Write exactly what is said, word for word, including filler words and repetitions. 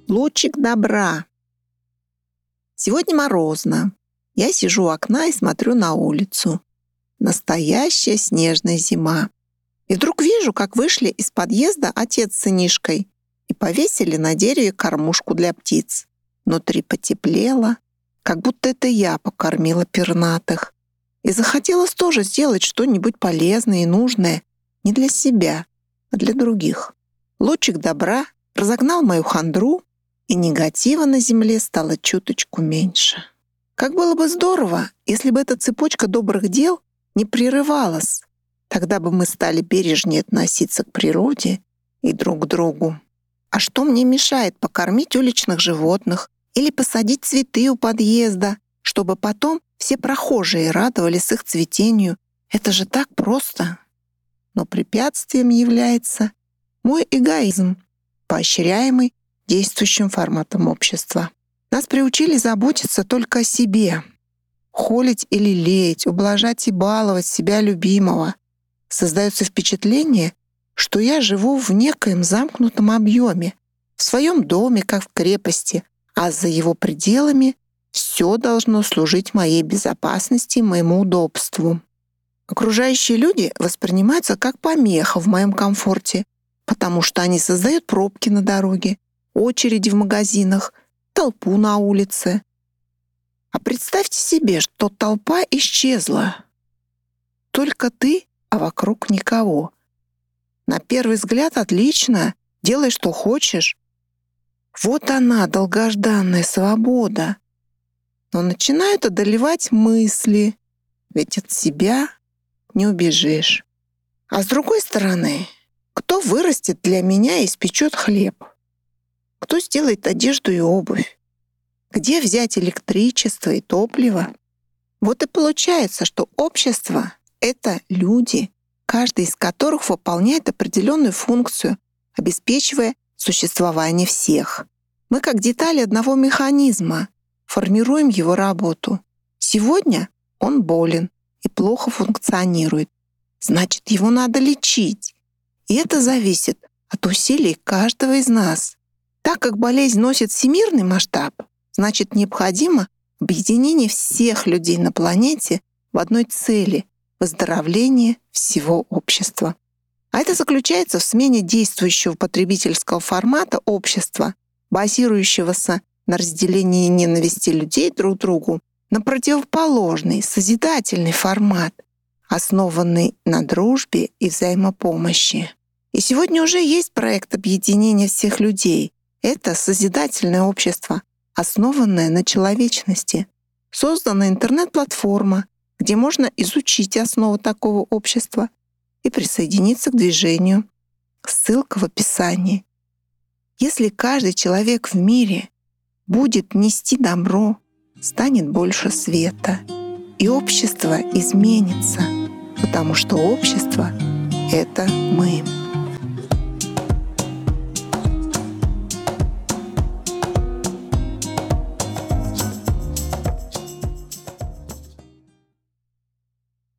Лучик добра. Сегодня морозно. Я сижу у окна и смотрю на улицу. Настоящая снежная зима. И вдруг вижу, как вышли из подъезда отец с сынишкой и повесили на дереве кормушку для птиц. Внутри потеплело, как будто это я покормила пернатых. И захотелось тоже сделать что-нибудь полезное и нужное не для себя, а для других. Лучик добра разогнал мою хандру, и негатива на земле стало чуточку меньше. Как было бы здорово, если бы эта цепочка добрых дел не прерывалась. Тогда бы мы стали бережнее относиться к природе и друг к другу. А что мне мешает покормить уличных животных или посадить цветы у подъезда, чтобы потом все прохожие радовались их цветению? Это же так просто. Но препятствием является мой эгоизм, поощряемый действующим форматом общества. Нас приучили заботиться только о себе, холить и лелеять, ублажать и баловать себя любимого. Создается впечатление, что я живу в некоем замкнутом объеме, в своем доме, как в крепости, а за его пределами все должно служить моей безопасности и моему удобству. Окружающие люди воспринимаются как помеха в моем комфорте, потому что они создают пробки на дороге, очереди в магазинах, толпу на улице. А представьте себе, что толпа исчезла. Только ты, а вокруг никого. На первый взгляд отлично, делай, что хочешь. Вот она, долгожданная свобода. Но начинают одолевать мысли, ведь от себя не убежишь. А с другой стороны, кто вырастет для меня и испечет хлеб? Кто сделает одежду и обувь? Где взять электричество и топливо? Вот и получается, что общество — это люди, каждый из которых выполняет определенную функцию, обеспечивая существование всех. Мы как детали одного механизма, формируем его работу. Сегодня он болен и плохо функционирует. Значит, его надо лечить. И это зависит от усилий каждого из нас. Так как болезнь носит всемирный масштаб, значит, необходимо объединение всех людей на планете в одной цели — выздоровление всего общества. А это заключается в смене действующего потребительского формата общества, базирующегося на разделении ненависти людей друг к другу, на противоположный, созидательный формат, основанный на дружбе и взаимопомощи. И сегодня уже есть проект объединения всех людей. Это созидательное общество, основанное на человечности. Создана интернет-платформа, где можно изучить основы такого общества и присоединиться к движению. Ссылка в описании. Если каждый человек в мире будет нести добро, станет больше света, и общество изменится, потому что общество — это мы.